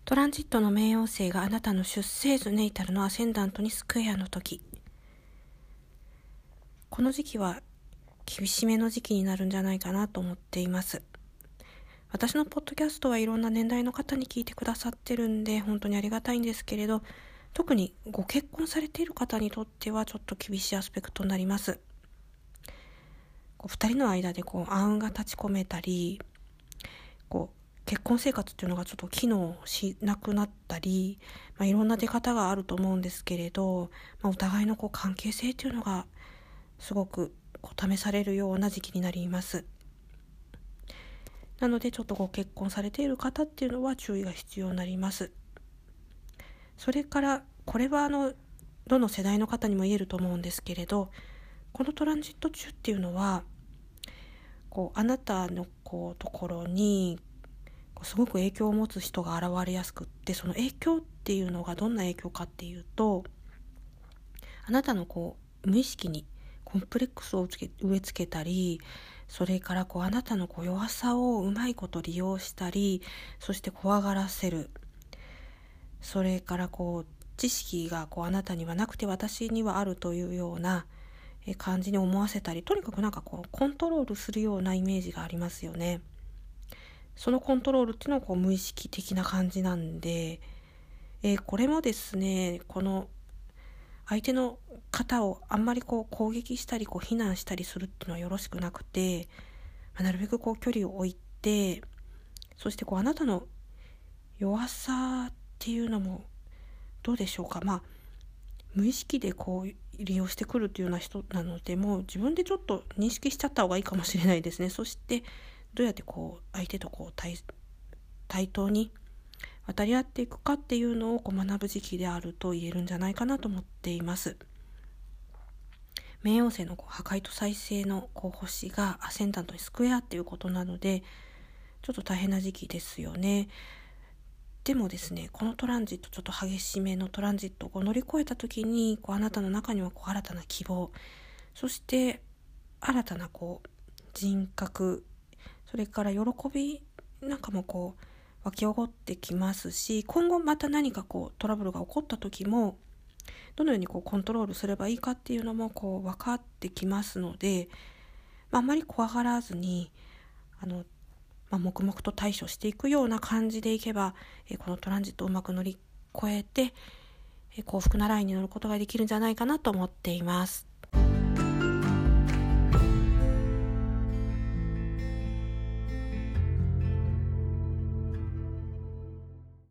トランジットの冥王星があなたの出生図ネイタルのアセンダントにスクエアの時、この時期は厳しめの時期になるんじゃないかなと思っています。私のポッドキャストはいろんな年代の方に聞いてくださってるんで本当にありがたいんですけれど、特にご結婚されている方にとってはちょっと厳しいアスペクトになります。二人の間で暗雲が立ち込めたり、結婚生活っていうのがちょっと機能しなくなったり、いろんな出方があると思うんですけれど、お互いの関係性っていうのがすごく試されるような時期になります。なのでちょっとご結婚されている方っていうのは注意が必要になります。それからこれはどの世代の方にも言えると思うんですけれど、このトランジット中っていうのはあなたのところにすごく影響を持つ人が現れやすくって、その影響っていうのがどんな影響かっていうと、あなたの無意識にコンプレックスを植え付けたり、それからあなたの弱さをうまいこと利用したり、そして怖がらせる。それから知識があなたにはなくて私にはあるというような感じに思わせたり、とにかくコントロールするようなイメージがありますよね。そのコントロールっていうのは無意識的な感じなんで、これもですね、この相手の方をあんまり攻撃したり非難したりするっていうのはよろしくなくて、なるべく距離を置いて、そしてあなたの弱さっていうのもどうでしょうか。無意識で利用してくるっていうような人なので、もう自分でちょっと認識しちゃった方がいいかもしれないですね。そしてどうやって相手と対等に渡り合っていくかっていうのを学ぶ時期であると言えるんじゃないかなと思っています。冥王星の破壊と再生の星がアセンダントにスクエアっていうことなので、ちょっと大変な時期ですよね。でもですね、このトランジット、ちょっと激しめのトランジットを乗り越えた時にあなたの中には新たな希望、そして新たな人格、それから喜びなんかも湧き起こってきますし、今後また何かトラブルが起こった時もどのようにコントロールすればいいかっていうのも分かってきますので、あんまり怖がらずに黙々と対処していくような感じでいけば、このトランジットをうまく乗り越えて、幸福なラインに乗ることができるんじゃないかなと思っています。